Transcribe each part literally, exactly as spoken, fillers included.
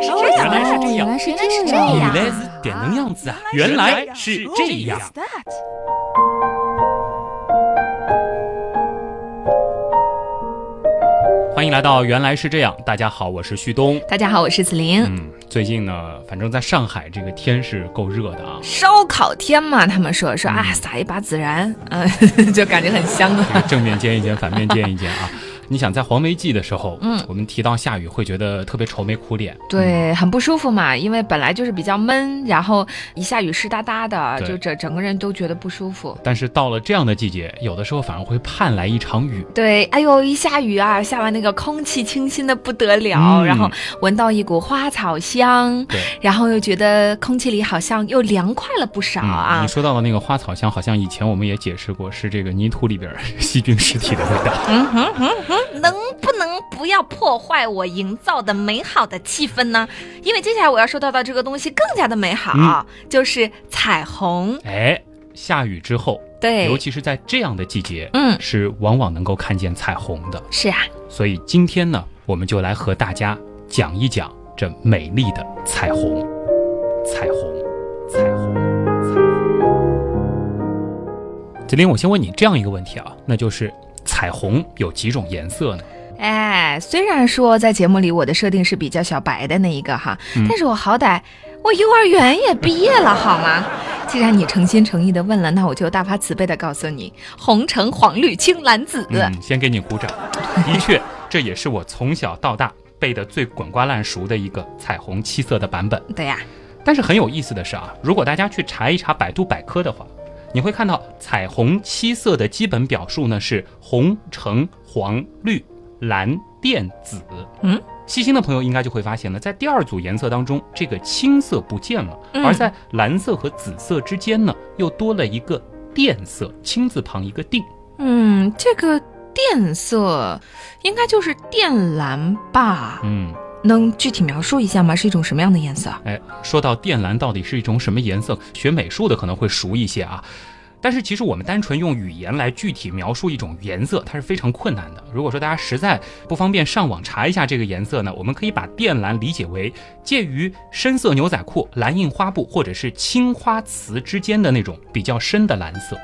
来是这样， 原来是这样， 原来是这样， 原来是点能样子啊，原来是这样。欢迎来到原来是这样，大家好，我是旭东。 大家好，我是子琳。 嗯，最近呢，反正在上海这个天是够热的啊， 烧烤天嘛，他们说说啊，撒一把孜然，嗯，就感觉很香啊。 这个正面煎一煎，反面煎一煎啊。你想在黄梅季的时候，嗯，我们提到下雨会觉得特别愁眉苦脸， 对，嗯、很不舒服嘛，因为本来就是比较闷，然后一下雨湿哒哒的，就整整个人都觉得不舒服。 但是到了这样的季节，有的时候反而会盼来一场雨。 对，哎呦，一下雨啊，下完那个空气清新的不得了，嗯、然后闻到一股花草香， 对， 然后又觉得空气里好像又凉快了不少啊。 嗯、你说到的那个花草香，好像以前我们也解释过，是这个泥土里边细菌尸体的味道。 嗯哼嗯哼，能不能不要破坏我营造的美好的气氛呢？因为接下来我要说到的这个东西更加的美好，嗯、就是彩虹。 哎，下雨之后， 对， 尤其是在这样的季节， 嗯， 是往往能够看见彩虹的。 是啊，所以今天呢，我们就来和大家讲一讲这美丽的彩虹。彩虹，彩虹，彩虹。子琳，我先问你这样一个问题啊，那就是彩虹有几种颜色呢？ 哎，虽然说在节目里我的设定是比较小白的那一个哈，嗯、但是我好歹我幼儿园也毕业了好吗？既然你诚心诚意的问了，那我就大发慈悲的告诉你，红橙黄绿青蓝紫。 嗯，先给你鼓掌。的确，这也是我从小到大背的最滚瓜烂熟的一个彩虹七色的版本。 对呀， 但是很有意思的是啊，如果大家去查一查百度百科的话，你会看到彩虹七色的基本表述呢是红橙黄绿蓝靛紫。嗯，细心的朋友应该就会发现了，在第二组颜色当中，这个青色不见了，嗯、而在蓝色和紫色之间呢，又多了一个靛色，青字旁一个定。 嗯，这个靛色应该就是靛蓝吧？嗯，能具体描述一下吗？是一种什么样的颜色？ 哎，说到靛蓝到底是一种什么颜色，学美术的可能会熟一些啊。但是其实我们单纯用语言来具体描述一种颜色，它是非常困难的。如果说大家实在不方便上网查一下这个颜色呢，我们可以把靛蓝理解为介于深色牛仔裤、蓝印花布或者是青花瓷之间的那种比较深的蓝色。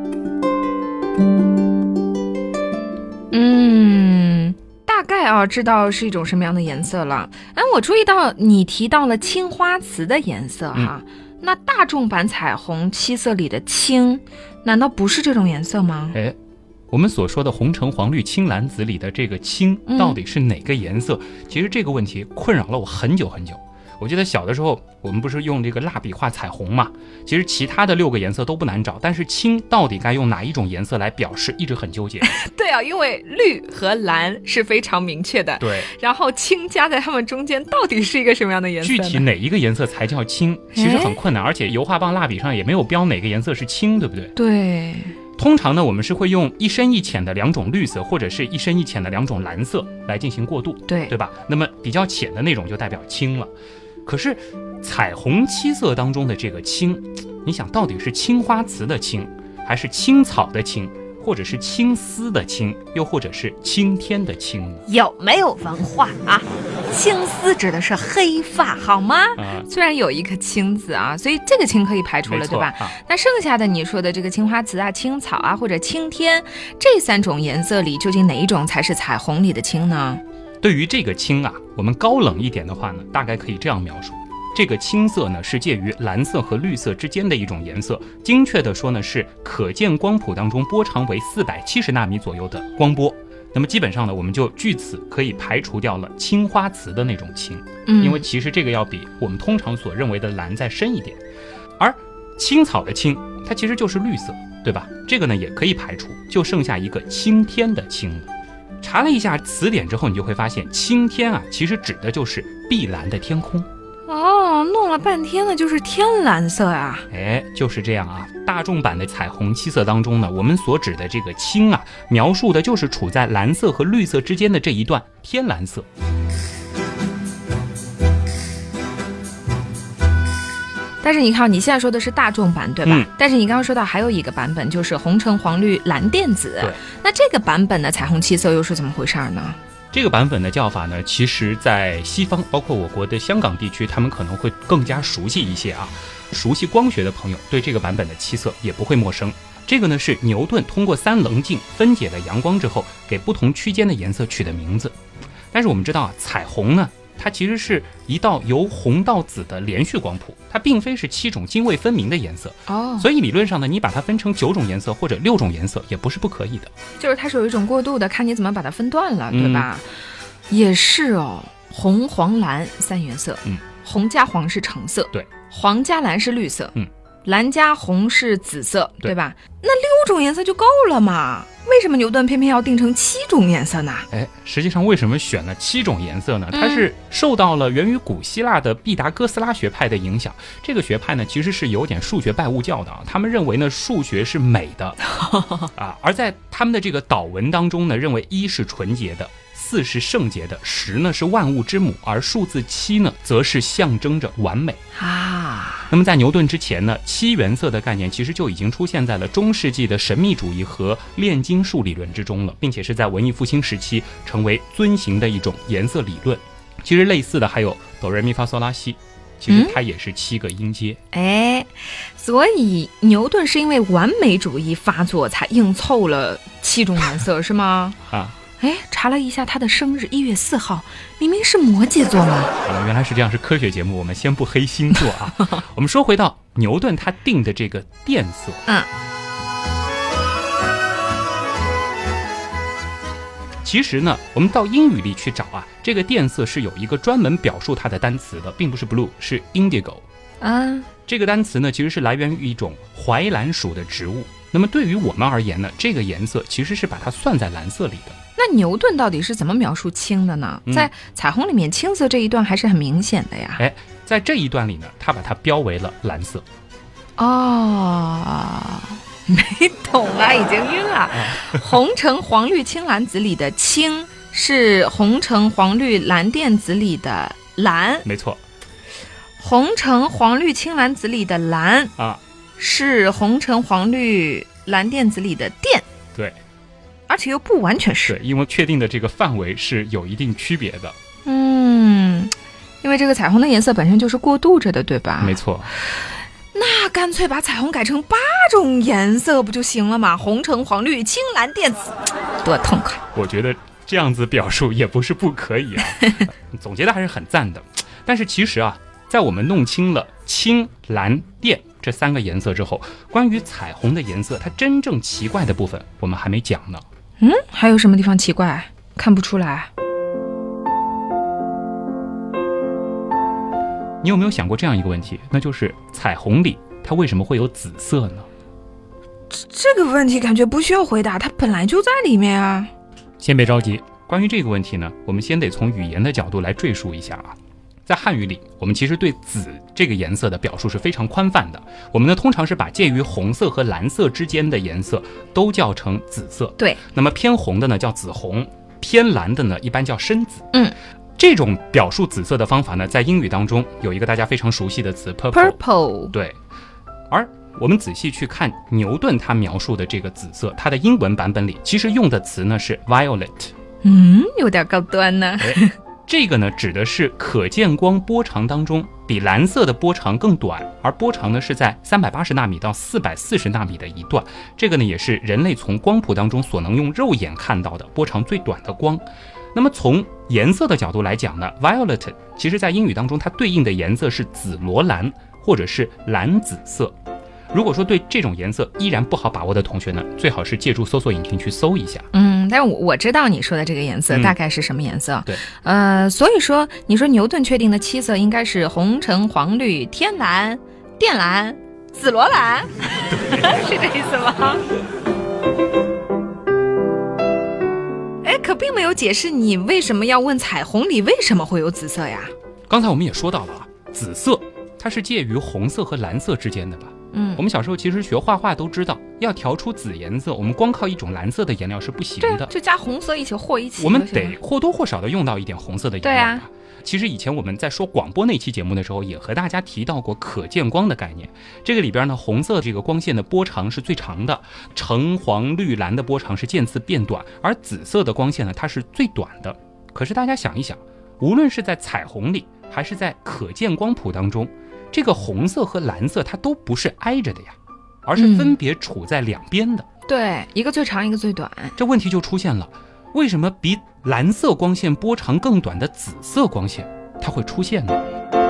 嗯，大概啊知道是一种什么样的颜色了。哎，我注意到你提到了青花瓷的颜色哈。嗯，那大众版彩虹七色里的青难道不是这种颜色吗？ 哎，我们所说的红橙黄绿青蓝紫里的这个青到底是哪个颜色、嗯、其实这个问题困扰了我很久很久。我记得小的时候我们不是用这个蜡笔画彩虹嘛，其实其他的六个颜色都不难找，但是青到底该用哪一种颜色来表示一直很纠结。 对啊，因为绿和蓝是非常明确的， 对， 然后青加在它们中间到底是一个什么样的颜色？ 具体哪一个颜色才叫青其实很困难，而且油画棒蜡笔上也没有标哪个颜色是青，对不对？ 对， 通常呢我们是会用一深一浅的两种绿色或者是一深一浅的两种蓝色来进行过渡， 对对吧？那么比较浅的那种就代表青了。可是彩虹七色当中的这个青，你想到底是青花瓷的青，还是青草的青，或者是青丝的青，又或者是青天的青呢？ 有没有文化啊？青丝指的是黑发好吗、啊、虽然有一个青字啊，所以这个青可以排除了，对吧、啊、那剩下的你说的这个青花瓷啊、青草啊或者青天，这三种颜色里究竟哪一种才是彩虹里的青呢？ 对于这个青啊，我们高冷一点的话呢，大概可以这样描述，这个青色呢是介于蓝色和绿色之间的一种颜色，精确的说呢是可见光谱当中波长为四百七十纳米左右的光波。那么基本上呢，我们就据此可以排除掉了青花瓷的那种青、嗯、因为其实这个要比我们通常所认为的蓝再深一点。而青草的青它其实就是绿色，对吧？这个呢也可以排除，就剩下一个青天的青了。查了一下词典之后，你就会发现青天啊其实指的就是碧蓝的天空。 哦，弄了半天呢就是天蓝色啊。 哎，就是这样啊。大众版的彩虹七色当中呢，我们所指的这个青啊，描述的就是处在蓝色和绿色之间的这一段天蓝色。 但是你看，你现在说的是大众版，对吧？嗯、但是你刚刚说到还有一个版本，就是红橙黄绿蓝靛紫。那这个版本的彩虹七色又是怎么回事呢？ 这个版本的叫法呢，其实在西方，包括我国的香港地区，他们可能会更加熟悉一些啊。熟悉光学的朋友对这个版本的七色也不会陌生。这个呢是牛顿通过三棱镜分解了阳光之后，给不同区间的颜色取的名字。但是我们知道啊，彩虹呢，它其实是一道由红到紫的连续光谱，它并非是七种泾渭分明的颜色哦。所以理论上呢，你把它分成九种颜色或者六种颜色也不是不可以的。 就是它是有一种过渡的，看你怎么把它分段了，对吧？嗯、也是哦，红、黄、蓝三原色。嗯，红加黄是橙色， 对。 黄加蓝是绿色， 嗯， 蓝加红是紫色， 对, 对吧？那六种颜色就够了嘛？为什么牛顿偏偏要定成七种颜色呢？ 哎，实际上为什么选了七种颜色呢？它是受到了源于古希腊的毕达哥斯拉学派的影响。这个学派呢，其实是有点数学拜物教的啊。他们认为呢，数学是美的啊，而在他们的这个祷文当中呢，认为一是纯洁的，四是圣洁的，十呢是万物之母，而数字七呢，则是象征着完美啊。那么在牛顿之前呢，七原色的概念其实就已经出现在了中世纪的神秘主义和炼金术理论之中了，并且是在文艺复兴时期成为遵行的一种颜色理论。其实类似的还有哆来咪发嗦拉西，其实它也是七个音阶。 哎、嗯，所以牛顿是因为完美主义发作才硬凑了七种颜色，是吗？ 啊。 哎，查了一下他的生日一月四号，明明是摩羯座嘛。 呃，原来是这样，是科学节目，我们先不黑星座啊。我们说回到牛顿他定的这个靛色， 嗯， 其实呢，我们到英语里去找啊，这个靛色是有一个专门表述它的单词的，并不是 blue， 是 indigo。 啊， 这个单词呢，其实是来源于一种怀蓝属的植物。那么对于我们而言呢，这个颜色其实是把它算在蓝色里的。 那牛顿到底是怎么描述青的呢？嗯、在彩虹里面，青色这一段还是很明显的呀。 哎，在这一段里呢，他把它标为了蓝色。 哦，没懂啊，已经晕了。红橙黄绿青蓝紫里的青是红橙黄绿蓝靛紫里的蓝， 没错。 红橙黄绿青蓝紫里的蓝啊， 是红橙黄绿蓝靛紫里的靛。 对。 而且又不完全是， 对，因为确定的这个范围是有一定区别的。 嗯，因为这个彩虹的颜色本身就是过渡着的，对吧？ 没错。 那干脆把彩虹改成八种颜色不就行了吗？红橙黄绿青蓝靛紫，多痛快！ 我觉得这样子表述也不是不可以啊。总结的还是很赞的。但是其实啊，在我们弄清了青蓝靛这三个颜色之后，关于彩虹的颜色它真正奇怪的部分我们还没讲呢。 嗯，还有什么地方奇怪？看不出来。 你有没有想过这样一个问题，那就是彩虹里它为什么会有紫色呢？ 这个问题感觉不需要回答，它本来就在里面啊。 先别着急，关于这个问题呢，我们先得从语言的角度来赘述一下啊。在汉语里，我们其实对紫这个颜色的表述是非常宽泛的。我们呢，通常是把介于红色和蓝色之间的颜色都叫成紫色。 对。那么偏红的呢叫紫红，偏蓝的呢一般叫深紫。 嗯。 这种表述紫色的方法呢，在英语当中有一个大家非常熟悉的词 purple。 purple。 对。而我们仔细去看牛顿他描述的这个紫色，它的英文版本里其实用的词呢是 violet。 嗯，有点高端呢。 这个呢，指的是可见光波长当中比蓝色的波长更短，而波长呢是在三百八十纳米到四百四十纳米的一段。这个呢，也是人类从光谱当中所能用肉眼看到的波长最短的光。那么从颜色的角度来讲呢 ，violet 其实在英语当中它对应的颜色是紫罗兰或者是蓝紫色。如果说对这种颜色依然不好把握的同学呢，最好是借助搜索引擎去搜一下。 嗯，但是我我知道你说的这个颜色大概是什么颜色。 嗯、对， 呃，所以说你说牛顿确定的七色应该是红橙黄绿天蓝靛蓝紫罗兰，是这意思吗？哎，可并没有解释你为什么要问彩虹里为什么会有紫色呀？ 刚才我们也说到了，紫色它是介于红色和蓝色之间的吧？ 嗯， 我们小时候其实学画画都知道，要调出紫颜色，我们光靠一种蓝色的颜料是不行的， 就加红色一起和一起， 我们得或多或少的用到一点红色的颜料。 对啊， 其实以前我们在说广播那期节目的时候，也和大家提到过可见光的概念。这个里边呢，红色这个光线的波长是最长的，橙黄绿蓝的波长是渐次变短，而紫色的光线呢，它是最短的。 可是大家想一想，无论是在彩虹里还是在可见光谱当中，这个红色和蓝色它都不是挨着的呀，而是分别处在两边的、 嗯、对，一个最长一个最短。 这问题就出现了，为什么比蓝色光线波长更短的紫色光线它会出现呢？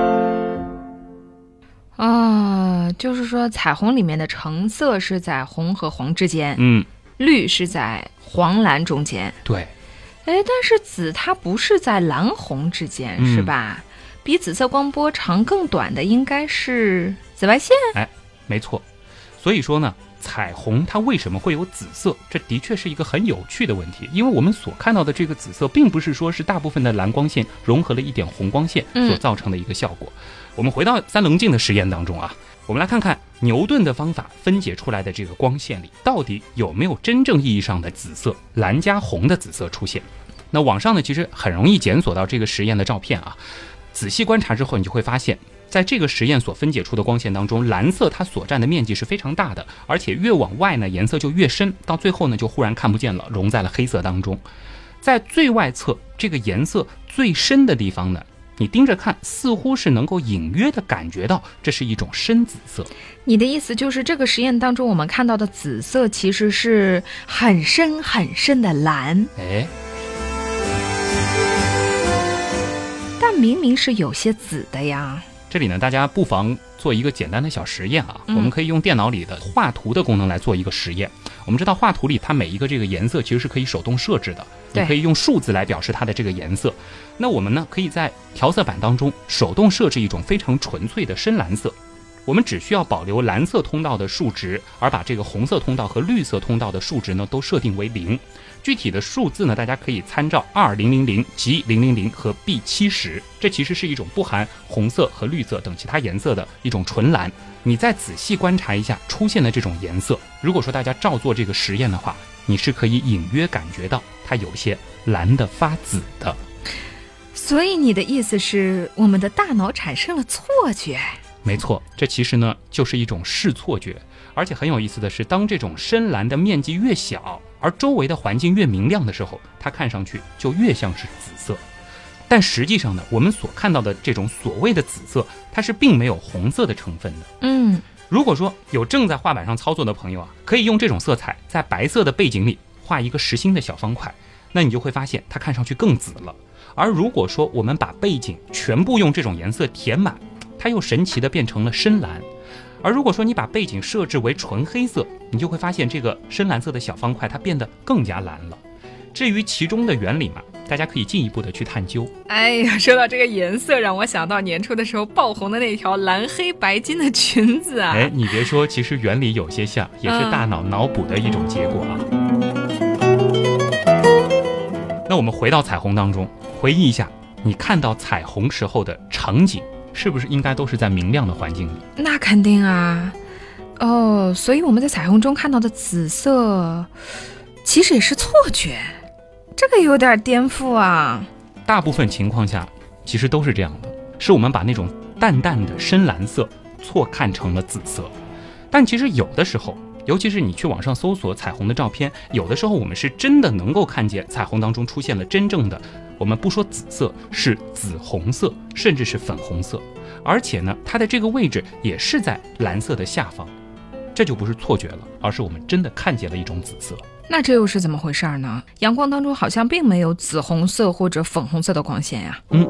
啊、呃，就是说彩虹里面的橙色是在红和黄之间， 嗯， 绿是在黄蓝中间。 对， 哎，但是紫它不是在蓝红之间、嗯、是吧？比紫色光波长更短的应该是紫外线。 哎，没错。所以说呢，彩虹它为什么会有紫色，这的确是一个很有趣的问题。因为我们所看到的这个紫色并不是说是大部分的蓝光线融合了一点红光线所造成的一个效果、嗯、我们回到三棱镜的实验当中啊，我们来看看牛顿的方法分解出来的这个光线里到底有没有真正意义上的紫色，蓝加红的紫色出现。那网上呢其实很容易检索到这个实验的照片啊，仔细观察之后你就会发现，在这个实验所分解出的光线当中，蓝色它所占的面积是非常大的，而且越往外呢颜色就越深，到最后呢就忽然看不见了，融在了黑色当中。在最外侧这个颜色最深的地方呢，你盯着看似乎是能够隐约的感觉到这是一种深紫色。 你的意思就是这个实验当中我们看到的紫色其实是很深很深的蓝。 哎， 但明明是有些紫的呀。 这里呢大家不妨做一个简单的小实验啊、嗯、我们可以用电脑里的画图的功能来做一个实验。我们知道画图里它每一个这个颜色其实是可以手动设置的，你可以用数字来表示它的这个颜色。那我们呢可以在调色板当中手动设置一种非常纯粹的深蓝色，我们只需要保留蓝色通道的数值，而把这个红色通道和绿色通道的数值呢都设定为零。具体的数字呢大家可以参照二零零零 G 零零零和 B 七十，这其实是一种不含红色和绿色等其他颜色的一种纯蓝。你再仔细观察一下出现的这种颜色，如果说大家照做这个实验的话，你是可以隐约感觉到它有些蓝的发紫的。 所以你的意思是我们的大脑产生了错觉？ 没错，这其实呢就是一种视错觉。而且很有意思的是，当这种深蓝的面积越小，而周围的环境越明亮的时候，它看上去就越像是紫色。但实际上呢，我们所看到的这种所谓的紫色，它是并没有红色的成分的。 嗯， 如果说有正在画板上操作的朋友啊，可以用这种色彩在白色的背景里画一个实心的小方块，那你就会发现它看上去更紫了。而如果说我们把背景全部用这种颜色填满，它又神奇的变成了深蓝。而如果说你把背景设置为纯黑色，你就会发现这个深蓝色的小方块它变得更加蓝了。至于其中的原理嘛，大家可以进一步的去探究。 哎呀，说到这个颜色，让我想到年初的时候爆红的那条蓝黑白金的裙子啊。 哎，你别说，其实原理有些像，也是大脑脑补的一种结果啊。嗯、那我们回到彩虹当中，回忆一下你看到彩虹时候的场景，是不是应该都是在明亮的环境里？ 那肯定啊。哦，所以我们在彩虹中看到的紫色其实也是错觉，这个有点颠覆啊。 大部分情况下其实都是这样的，是我们把那种淡淡的深蓝色错看成了紫色。但其实有的时候，尤其是你去网上搜索彩虹的照片，有的时候我们是真的能够看见彩虹当中出现了真正的，我们不说紫色，是紫红色，甚至是粉红色，而且呢它的这个位置也是在蓝色的下方。这就不是错觉了，而是我们真的看见了一种紫色。 那这又是怎么回事呢？阳光当中好像并没有紫红色或者粉红色的光线呀。 嗯，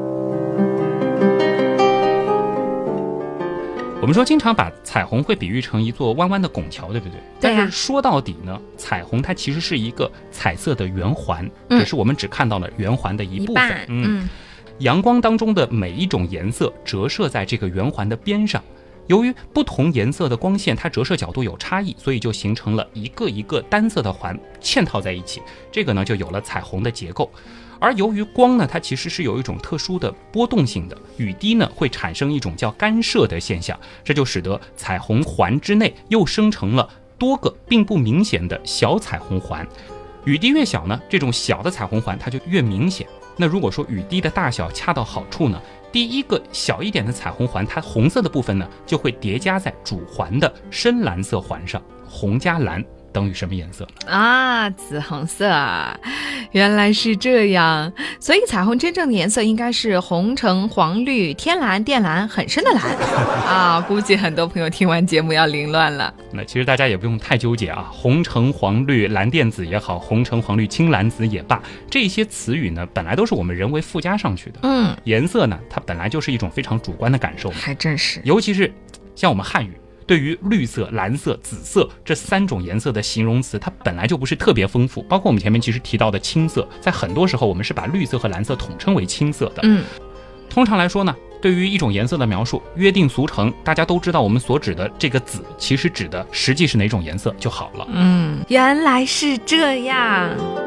我们说经常把彩虹会比喻成一座弯弯的拱桥，对不对？ 对啊。 但是说到底呢，彩虹它其实是一个彩色的圆环，只、嗯、是我们只看到了圆环的一部分。 嗯, 嗯， 阳光当中的每一种颜色折射在这个圆环的边上。由于不同颜色的光线它折射角度有差异，所以就形成了一个一个单色的环嵌套在一起，这个呢就有了彩虹的结构。而由于光呢它其实是有一种特殊的波动性的，雨滴呢会产生一种叫干涉的现象，这就使得彩虹环之内又生成了多个并不明显的小彩虹环。雨滴越小呢，这种小的彩虹环它就越明显。那如果说雨滴的大小恰到好处呢，第一个小一点的彩虹环，它红色的部分呢就会叠加在主环的深蓝色环上，红加蓝等于什么颜色啊？紫红色，原来是这样。所以彩虹真正的颜色应该是红橙黄绿天蓝靛蓝，很深的蓝啊！估计很多朋友听完节目要凌乱了。 那其实大家也不用太纠结啊，红橙黄绿蓝靛紫也好，红橙黄绿青蓝紫也罢，这些词语呢本来都是我们人为附加上去的。 嗯， 颜色呢它本来就是一种非常主观的感受， 还真是。 尤其是像我们汉语，对于绿色、蓝色、紫色这三种颜色的形容词，它本来就不是特别丰富。包括我们前面其实提到的青色，在很多时候我们是把绿色和蓝色统称为青色的。 嗯， 通常来说呢，对于一种颜色的描述，约定俗成，大家都知道我们所指的这个紫其实指的实际是哪种颜色就好了。 嗯，原来是这样。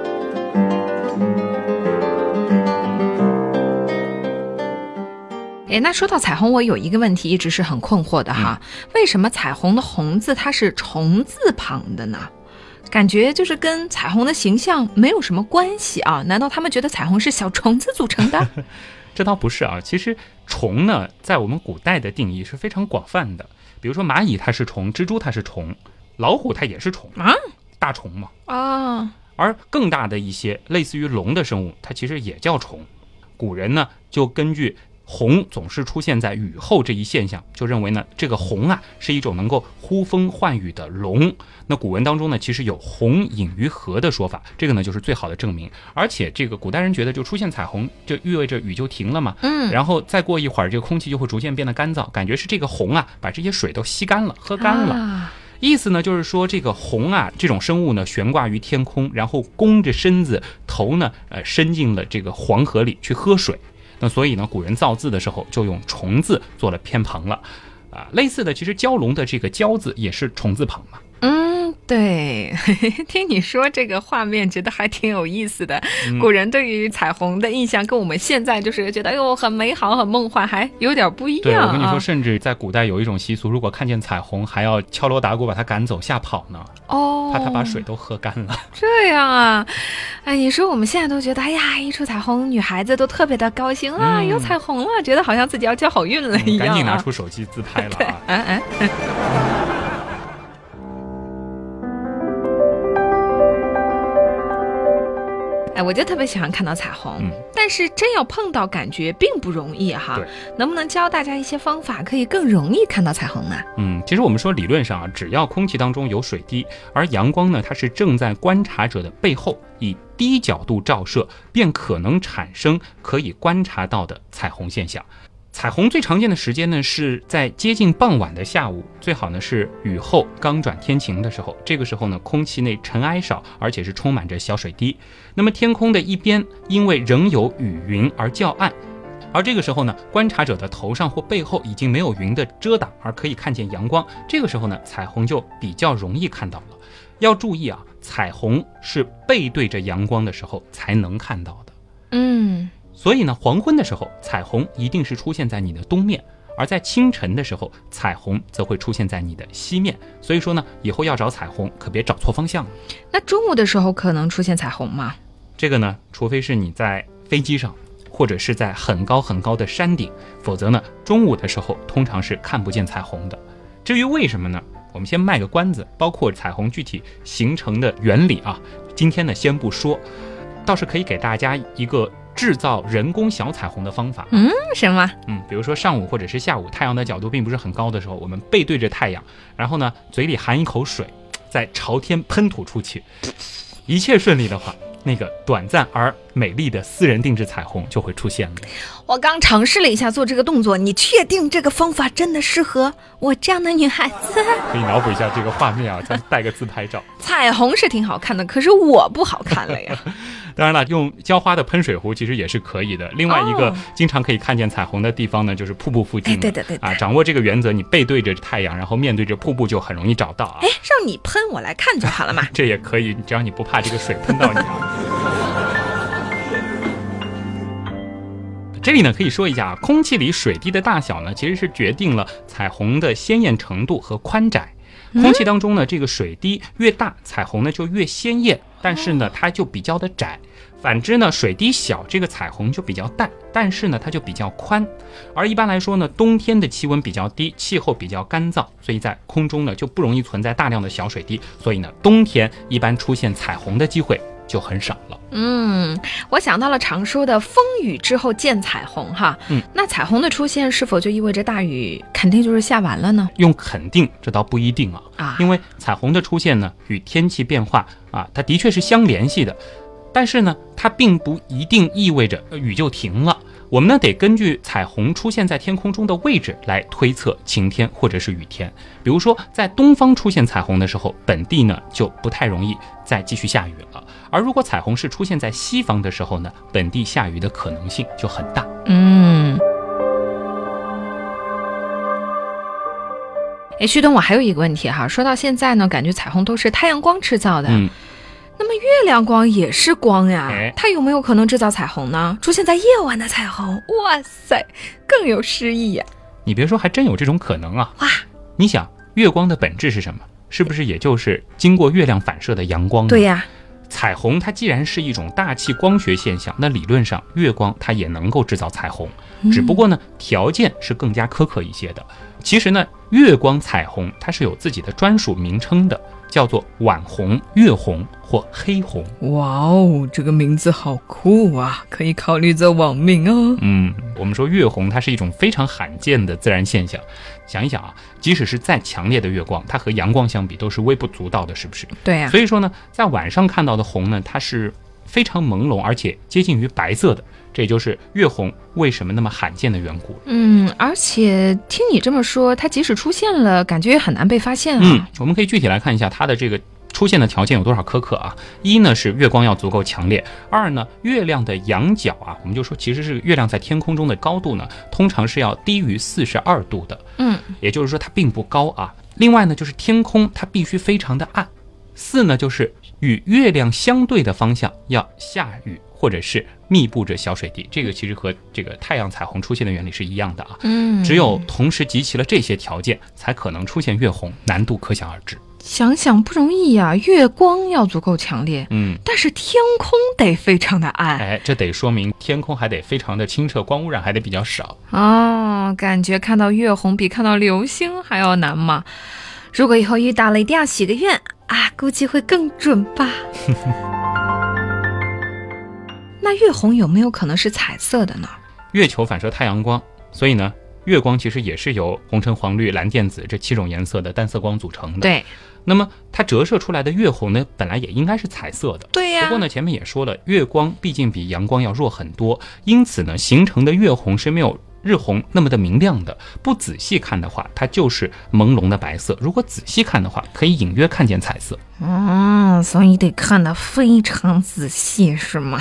哎，那说到彩虹，我有一个问题一直是很困惑的哈，嗯、为什么彩虹的红字它是虫字旁的呢？感觉就是跟彩虹的形象没有什么关系啊？难道他们觉得彩虹是小虫子组成的？ 这倒不是啊，其实虫呢，在我们古代的定义是非常广泛的。比如说蚂蚁它是虫，蜘蛛它是虫，老虎它也是虫啊， 大虫嘛啊。 而更大的一些类似于龙的生物，它其实也叫虫。古人呢就根据红总是出现在雨后这一现象，就认为呢这个红啊是一种能够呼风唤雨的龙。那古文当中呢其实有红隐于河的说法，这个呢就是最好的证明。而且这个古代人觉得就出现彩虹就意味着雨就停了嘛， 嗯， 然后再过一会儿这个空气就会逐渐变得干燥，感觉是这个红啊把这些水都吸干了喝干了、啊、意思呢就是说这个红啊这种生物呢悬挂于天空，然后弓着身子头呢呃伸进了这个黄河里去喝水。那所以呢古人造字的时候就用虫字做了偏旁了啊，类似的其实蛟龙的这个蛟字也是虫字旁嘛。 嗯，对，听你说这个画面觉得还挺有意思的、嗯、古人对于彩虹的印象跟我们现在就是觉得哎呦很美好很梦幻还有点不一样、啊、 对，我跟你说甚至在古代有一种习俗，如果看见彩虹还要敲锣打鼓把它赶走吓跑呢， 哦， 怕它把水都喝干了。 这样啊，哎，你说我们现在都觉得哎呀一出彩虹女孩子都特别的高兴啊、嗯、有彩虹了，觉得好像自己要交好运了一样、啊嗯、 赶紧拿出手机自拍了啊。 嗯嗯哎，我就特别喜欢看到彩虹、嗯、但是真要碰到感觉并不容易哈。能不能教大家一些方法可以更容易看到彩虹呢？ 嗯，其实我们说理论上啊，只要空气当中有水滴，而阳光呢它是正在观察者的背后以低角度照射，便可能产生可以观察到的彩虹现象。彩虹最常见的时间呢是在接近傍晚的下午，最好呢是雨后刚转天晴的时候，这个时候呢空气内尘埃少，而且是充满着小水滴，那么天空的一边因为仍有雨云而较暗，而这个时候呢观察者的头上或背后已经没有云的遮挡，而可以看见阳光，这个时候呢彩虹就比较容易看到了。要注意啊，彩虹是背对着阳光的时候才能看到的。 嗯， 所以呢黄昏的时候彩虹一定是出现在你的东面，而在清晨的时候彩虹则会出现在你的西面。所以说呢以后要找彩虹可别找错方向了。 那中午的时候可能出现彩虹吗？ 这个呢除非是你在飞机上或者是在很高很高的山顶，否则呢中午的时候通常是看不见彩虹的。至于为什么呢，我们先卖个关子，包括彩虹具体形成的原理啊，今天呢先不说，倒是可以给大家一个制造人工小彩虹的方法。 嗯，什么？ 嗯，比如说上午或者是下午，太阳的角度并不是很高的时候，我们背对着太阳，然后呢嘴里含一口水，再朝天喷吐出去，一切顺利的话，那个短暂而美丽的私人定制彩虹就会出现了。 我刚尝试了一下做这个动作，你确定这个方法真的适合我这样的女孩子？ 可以脑补一下这个画面啊，咱带个自拍照。 彩虹是挺好看的，可是我不好看了呀。 当然了，用浇花的喷水壶其实也是可以的。另外一个经常可以看见彩虹的地方呢，就是瀑布附近。 哎，对的对的。 啊，掌握这个原则，你背对着太阳，然后面对着瀑布，就很容易找到啊。 哎，让你喷我来看就好了嘛。 这也可以，只要你不怕这个水喷到你啊。这里呢可以说一下啊，空气里水滴的大小呢，其实是决定了彩虹的鲜艳程度和宽窄。空气当中呢，这个水滴越大，彩虹呢就越鲜艳，但是呢它就比较的窄。 反之呢，水滴小，这个彩虹就比较淡，但是呢它就比较宽。而一般来说呢，冬天的气温比较低，气候比较干燥，所以在空中呢就不容易存在大量的小水滴，所以呢冬天一般出现彩虹的机会就很少了。 嗯，我想到了常说的风雨之后见彩虹哈。 嗯， 那彩虹的出现是否就意味着大雨肯定就是下完了呢？ 用肯定这倒不一定啊， 啊， 因为彩虹的出现呢与天气变化啊，它的确是相联系的，但是呢它并不一定意味着雨就停了。我们呢得根据彩虹出现在天空中的位置来推测晴天或者是雨天。比如说在东方出现彩虹的时候，本地呢就不太容易再继续下雨了，而如果彩虹是出现在西方的时候呢，本地下雨的可能性就很大。 嗯，哎，旭东，我还有一个问题哈，说到现在呢，感觉彩虹都是太阳光制造的， 嗯， 那么月亮光也是光呀， 哎， 它有没有可能制造彩虹呢？出现在夜晚的彩虹，哇塞，更有诗意呀！ 你别说，还真有这种可能啊！ 哇， 你想，月光的本质是什么？是不是也就是经过月亮反射的阳光呢？ 对呀。 彩虹它既然是一种大气光学现象，那理论上月光它也能够制造彩虹，只不过呢条件是更加苛刻一些的。其实呢，月光彩虹它是有自己的专属名称的，叫做晚红、月红或黑红。 哇哦，这个名字好酷啊，可以考虑做网名哦。 嗯，我们说月红它是一种非常罕见的自然现象。想一想啊，即使是再强烈的月光，它和阳光相比都是微不足道的，是不是？ 对呀、啊。 所以说呢，在晚上看到的红呢，它是非常朦胧，而且接近于白色的。这也就是月红为什么那么罕见的缘故。 嗯，而且听你这么说，它即使出现了，感觉也很难被发现啊。 嗯，我们可以具体来看一下它的这个出现的条件有多少苛刻啊？一呢是月光要足够强烈，二呢月亮的仰角啊，我们就说其实是月亮在天空中的高度呢，通常是要低于四十二度的。 嗯， 也就是说它并不高啊。另外呢就是天空它必须非常的暗。四呢就是与月亮相对的方向要下雨，或者是密布着小水滴，这个其实和这个太阳彩虹出现的原理是一样的啊。 嗯， 只有同时集齐了这些条件，才可能出现月红，难度可想而知。 想想不容易呀、啊，月光要足够强烈， 嗯， 但是天空得非常的暗， 哎，这得说明天空还得非常的清澈，光污染还得比较少。 哦，感觉看到月红比看到流星还要难嘛。如果以后遇到了，一定要许个愿啊，估计会更准吧。那月红有没有可能是彩色的呢？ 月球反射太阳光，所以呢月光其实也是由红橙黄绿蓝靛紫这七种颜色的单色光组成的。 对， 那么它折射出来的月红呢，本来也应该是彩色的。 对呀、啊。 不过呢，前面也说了，月光毕竟比阳光要弱很多，因此呢，形成的月红是没有日红那么的明亮的。不仔细看的话，它就是朦胧的白色；如果仔细看的话，可以隐约看见彩色。 嗯，所以得看得非常仔细，是吗？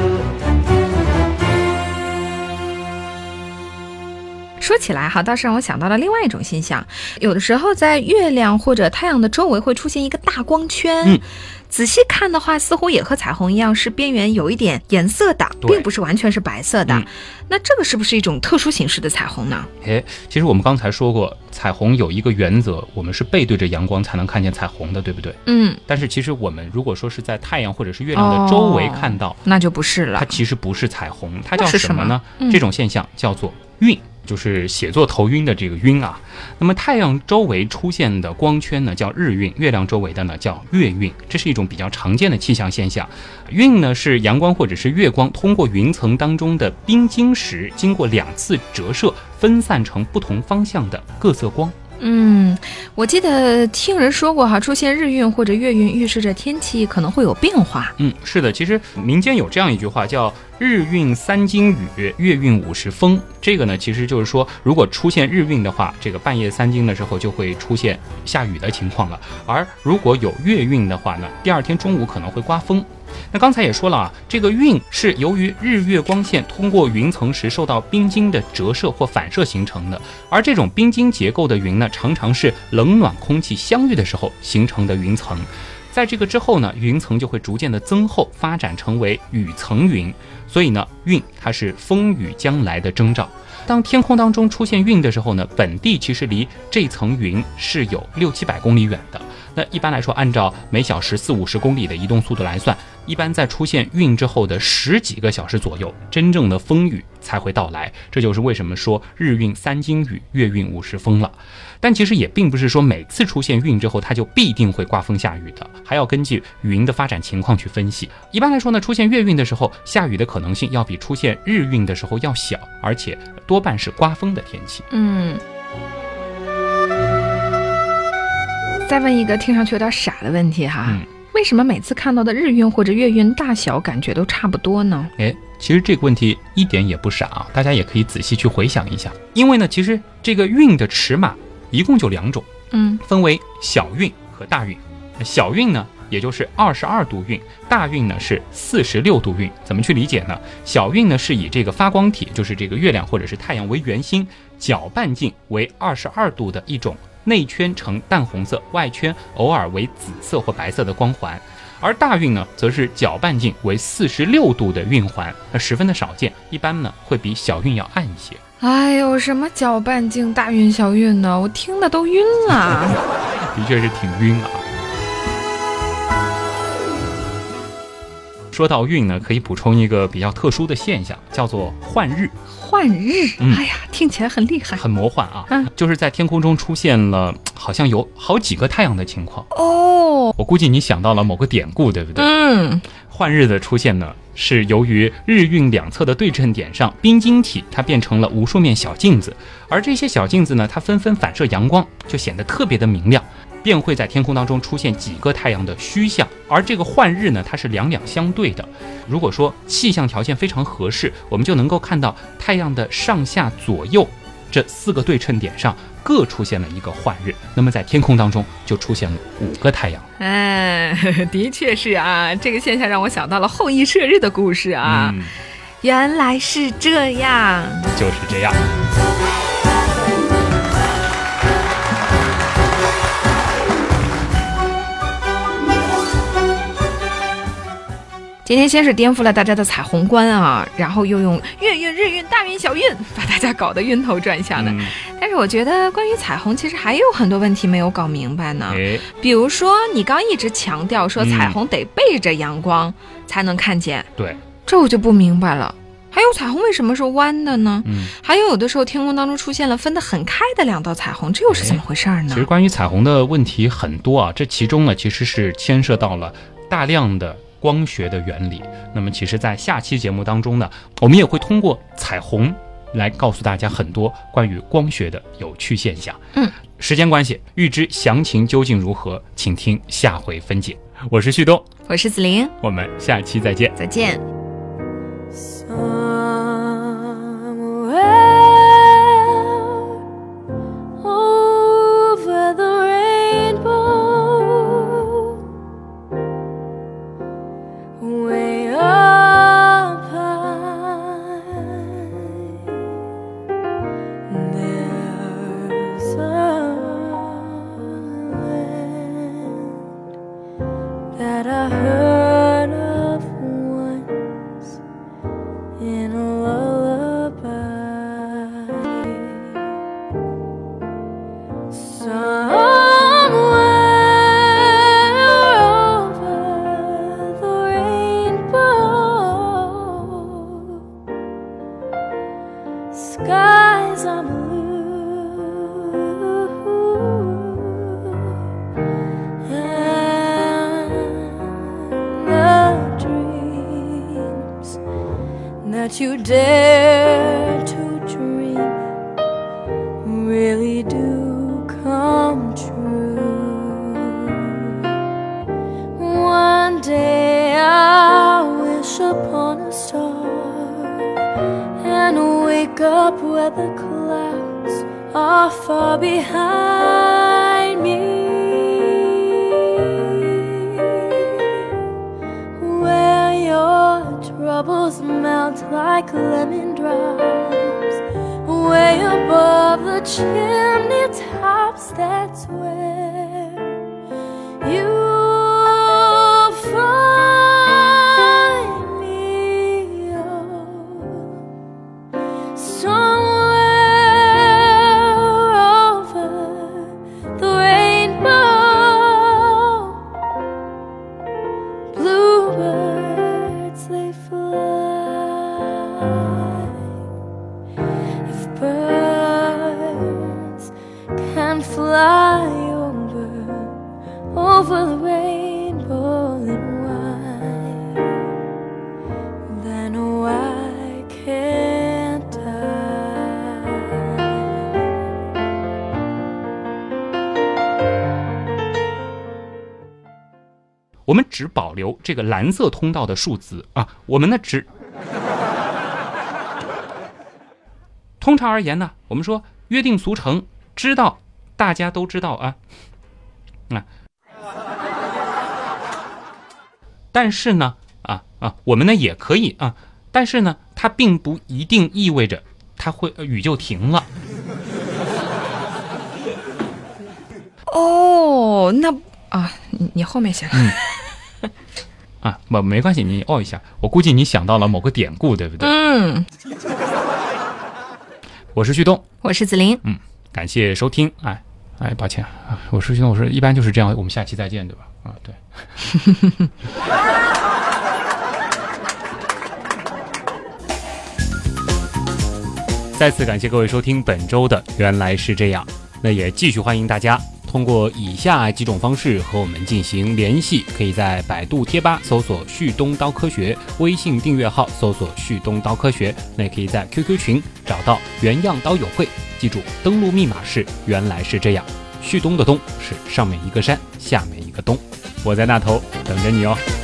说起来哈，倒是让我想到了另外一种现象，有的时候在月亮或者太阳的周围会出现一个大光圈。 嗯， 仔细看的话，似乎也和彩虹一样，是边缘有一点颜色的，并不是完全是白色的。嗯、那这个是不是一种特殊形式的彩虹呢？ 诶，其实我们刚才说过，彩虹有一个原则，我们是背对着阳光才能看见彩虹的，对不对？嗯。但是其实我们如果说是在太阳或者是月亮的周围看到，哦、 那就不是了。 它其实不是彩虹，它叫什么呢？ 么嗯、 这种现象叫做晕。就是写作头晕的这个晕啊。那么太阳周围出现的光圈呢叫日晕，月亮周围的呢叫月晕，这是一种比较常见的气象现象。晕呢是阳光或者是月光通过云层当中的冰晶石经过两次折射分散成不同方向的各色光。 嗯，我记得听人说过哈，出现日晕或者月晕预示着天气可能会有变化。 嗯，是的，其实民间有这样一句话叫日晕三经雨，月晕五时风。这个呢，其实就是说，如果出现日晕的话，这个半夜三更的时候就会出现下雨的情况了；而如果有月晕的话呢，第二天中午可能会刮风。那刚才也说了啊，这个晕是由于日月光线通过云层时受到冰晶的折射或反射形成的，而这种冰晶结构的云呢，常常是冷暖空气相遇的时候形成的云层。在这个之后呢，云层就会逐渐的增厚，发展成为雨层云。所以呢， 运它是风雨将来的征兆。当天空当中出现云的时候呢，本地其实离这层云是有六七百公里远的。那一般来说，按照每小时四五十公里的移动速度来算，一般在出现云之后的十几个小时左右，真正的风雨才会到来。这就是为什么说日运三经雨，月运五十风了。但其实也并不是说每次出现云之后，它就必定会刮风下雨的，还要根据云的发展情况去分析。一般来说呢，出现月运的时候，下雨的可能性要比出现日运的时候要小，而且多半是刮风的天气。 嗯。再问一个听上去有点傻的问题哈，嗯、为什么每次看到的日运或者月运大小感觉都差不多呢？ 哎，其实这个问题一点也不傻啊，大家也可以仔细去回想一下。因为呢，其实这个运的尺码一共就两种， 嗯， 分为小运和大运。小运呢，也就是二十二度运，大运呢是四十六度运。怎么去理解呢？小运呢是以这个发光体，就是这个月亮或者是太阳为圆心，角半径为二十二度的一种内圈呈淡红色，外圈偶尔为紫色或白色的光环。而大运呢，则是角半径为四十六度的运环，那十分的少见，一般呢会比小运要暗一些。 哎呦，什么角半径大运小运呢？我听得都晕了。 的确是挺晕啊。说到运呢，可以补充一个比较特殊的现象，叫做换日。 换日，嗯、哎呀，听起来很厉害， 很魔幻啊！ 嗯， 就是在天空中出现了，好像有好几个太阳的情况。 哦， 我估计你想到了某个典故，对不对？ 嗯， 换日的出现呢，是由于日运两侧的对称点上，冰晶体它变成了无数面小镜子，而这些小镜子呢，它纷纷反射阳光，就显得特别的明亮。便会在天空当中出现几个太阳的虚像，而这个换日呢，它是两两相对的。如果说气象条件非常合适，我们就能够看到太阳的上下左右这四个对称点上各出现了一个换日，那么在天空当中就出现了五个太阳。 哎，的确是啊，这个现象让我想到了后羿射日的故事啊、嗯、原来是这样， 就是这样。 今天先是颠覆了大家的彩虹观啊，然后又用月运、日运、大运、小运把大家搞得晕头转向的、嗯、但是我觉得关于彩虹其实还有很多问题没有搞明白呢。比如说你刚一直强调说彩虹得背着阳光才能看见、 嗯、对， 这我就不明白了。还有彩虹为什么是弯的呢？ 嗯， 还有有的时候天空当中出现了分得很开的两道彩虹，这又是怎么回事呢？ 其实关于彩虹的问题很多啊，这其中呢其实是牵涉到了大量的光学的原理。那么其实在下期节目当中呢，我们也会通过彩虹来告诉大家很多关于光学的有趣现象。 嗯， 时间关系，预知详情究竟如何，请听下回分解。我是旭东， 我是子玲， 我们下期再见。 再见。 Skies are blue and the dreams that you dare to dream really do come true. One day I'll wish upon a star and wake up where the clouds are far behind me, where your troubles melt like lemon drops, way above the chimney tops. That's where you'll find me. Oh, 我们只保留这个蓝色通道的数字啊，我们呢只通常而言呢，我们说约定俗成，知道大家都知道啊，啊，但是呢啊啊，我们呢也可以啊，但是呢，它并不一定意味着它会雨就停了。 哦，那啊，你你后面先。 嗯啊，没没关系，你哦一下，我估计你想到了某个典故，对不对？ 嗯。 我是旭东， 我是子琳， 嗯，感谢收听，哎哎，抱歉啊，我是旭东，我是一般就是这样，我们下期再见，对吧？啊，对。再次感谢各位收听本周的原来是这样，那也继续欢迎大家通过以下几种方式和我们进行联系，可以在百度贴吧搜索旭东刀科学，微信订阅号搜索旭东刀科学，那也可以在 Q Q 群找到原样刀友会，记住登录密码是原来是这样，旭东的东是上面一个山下面一个东，我在那头等着你哦。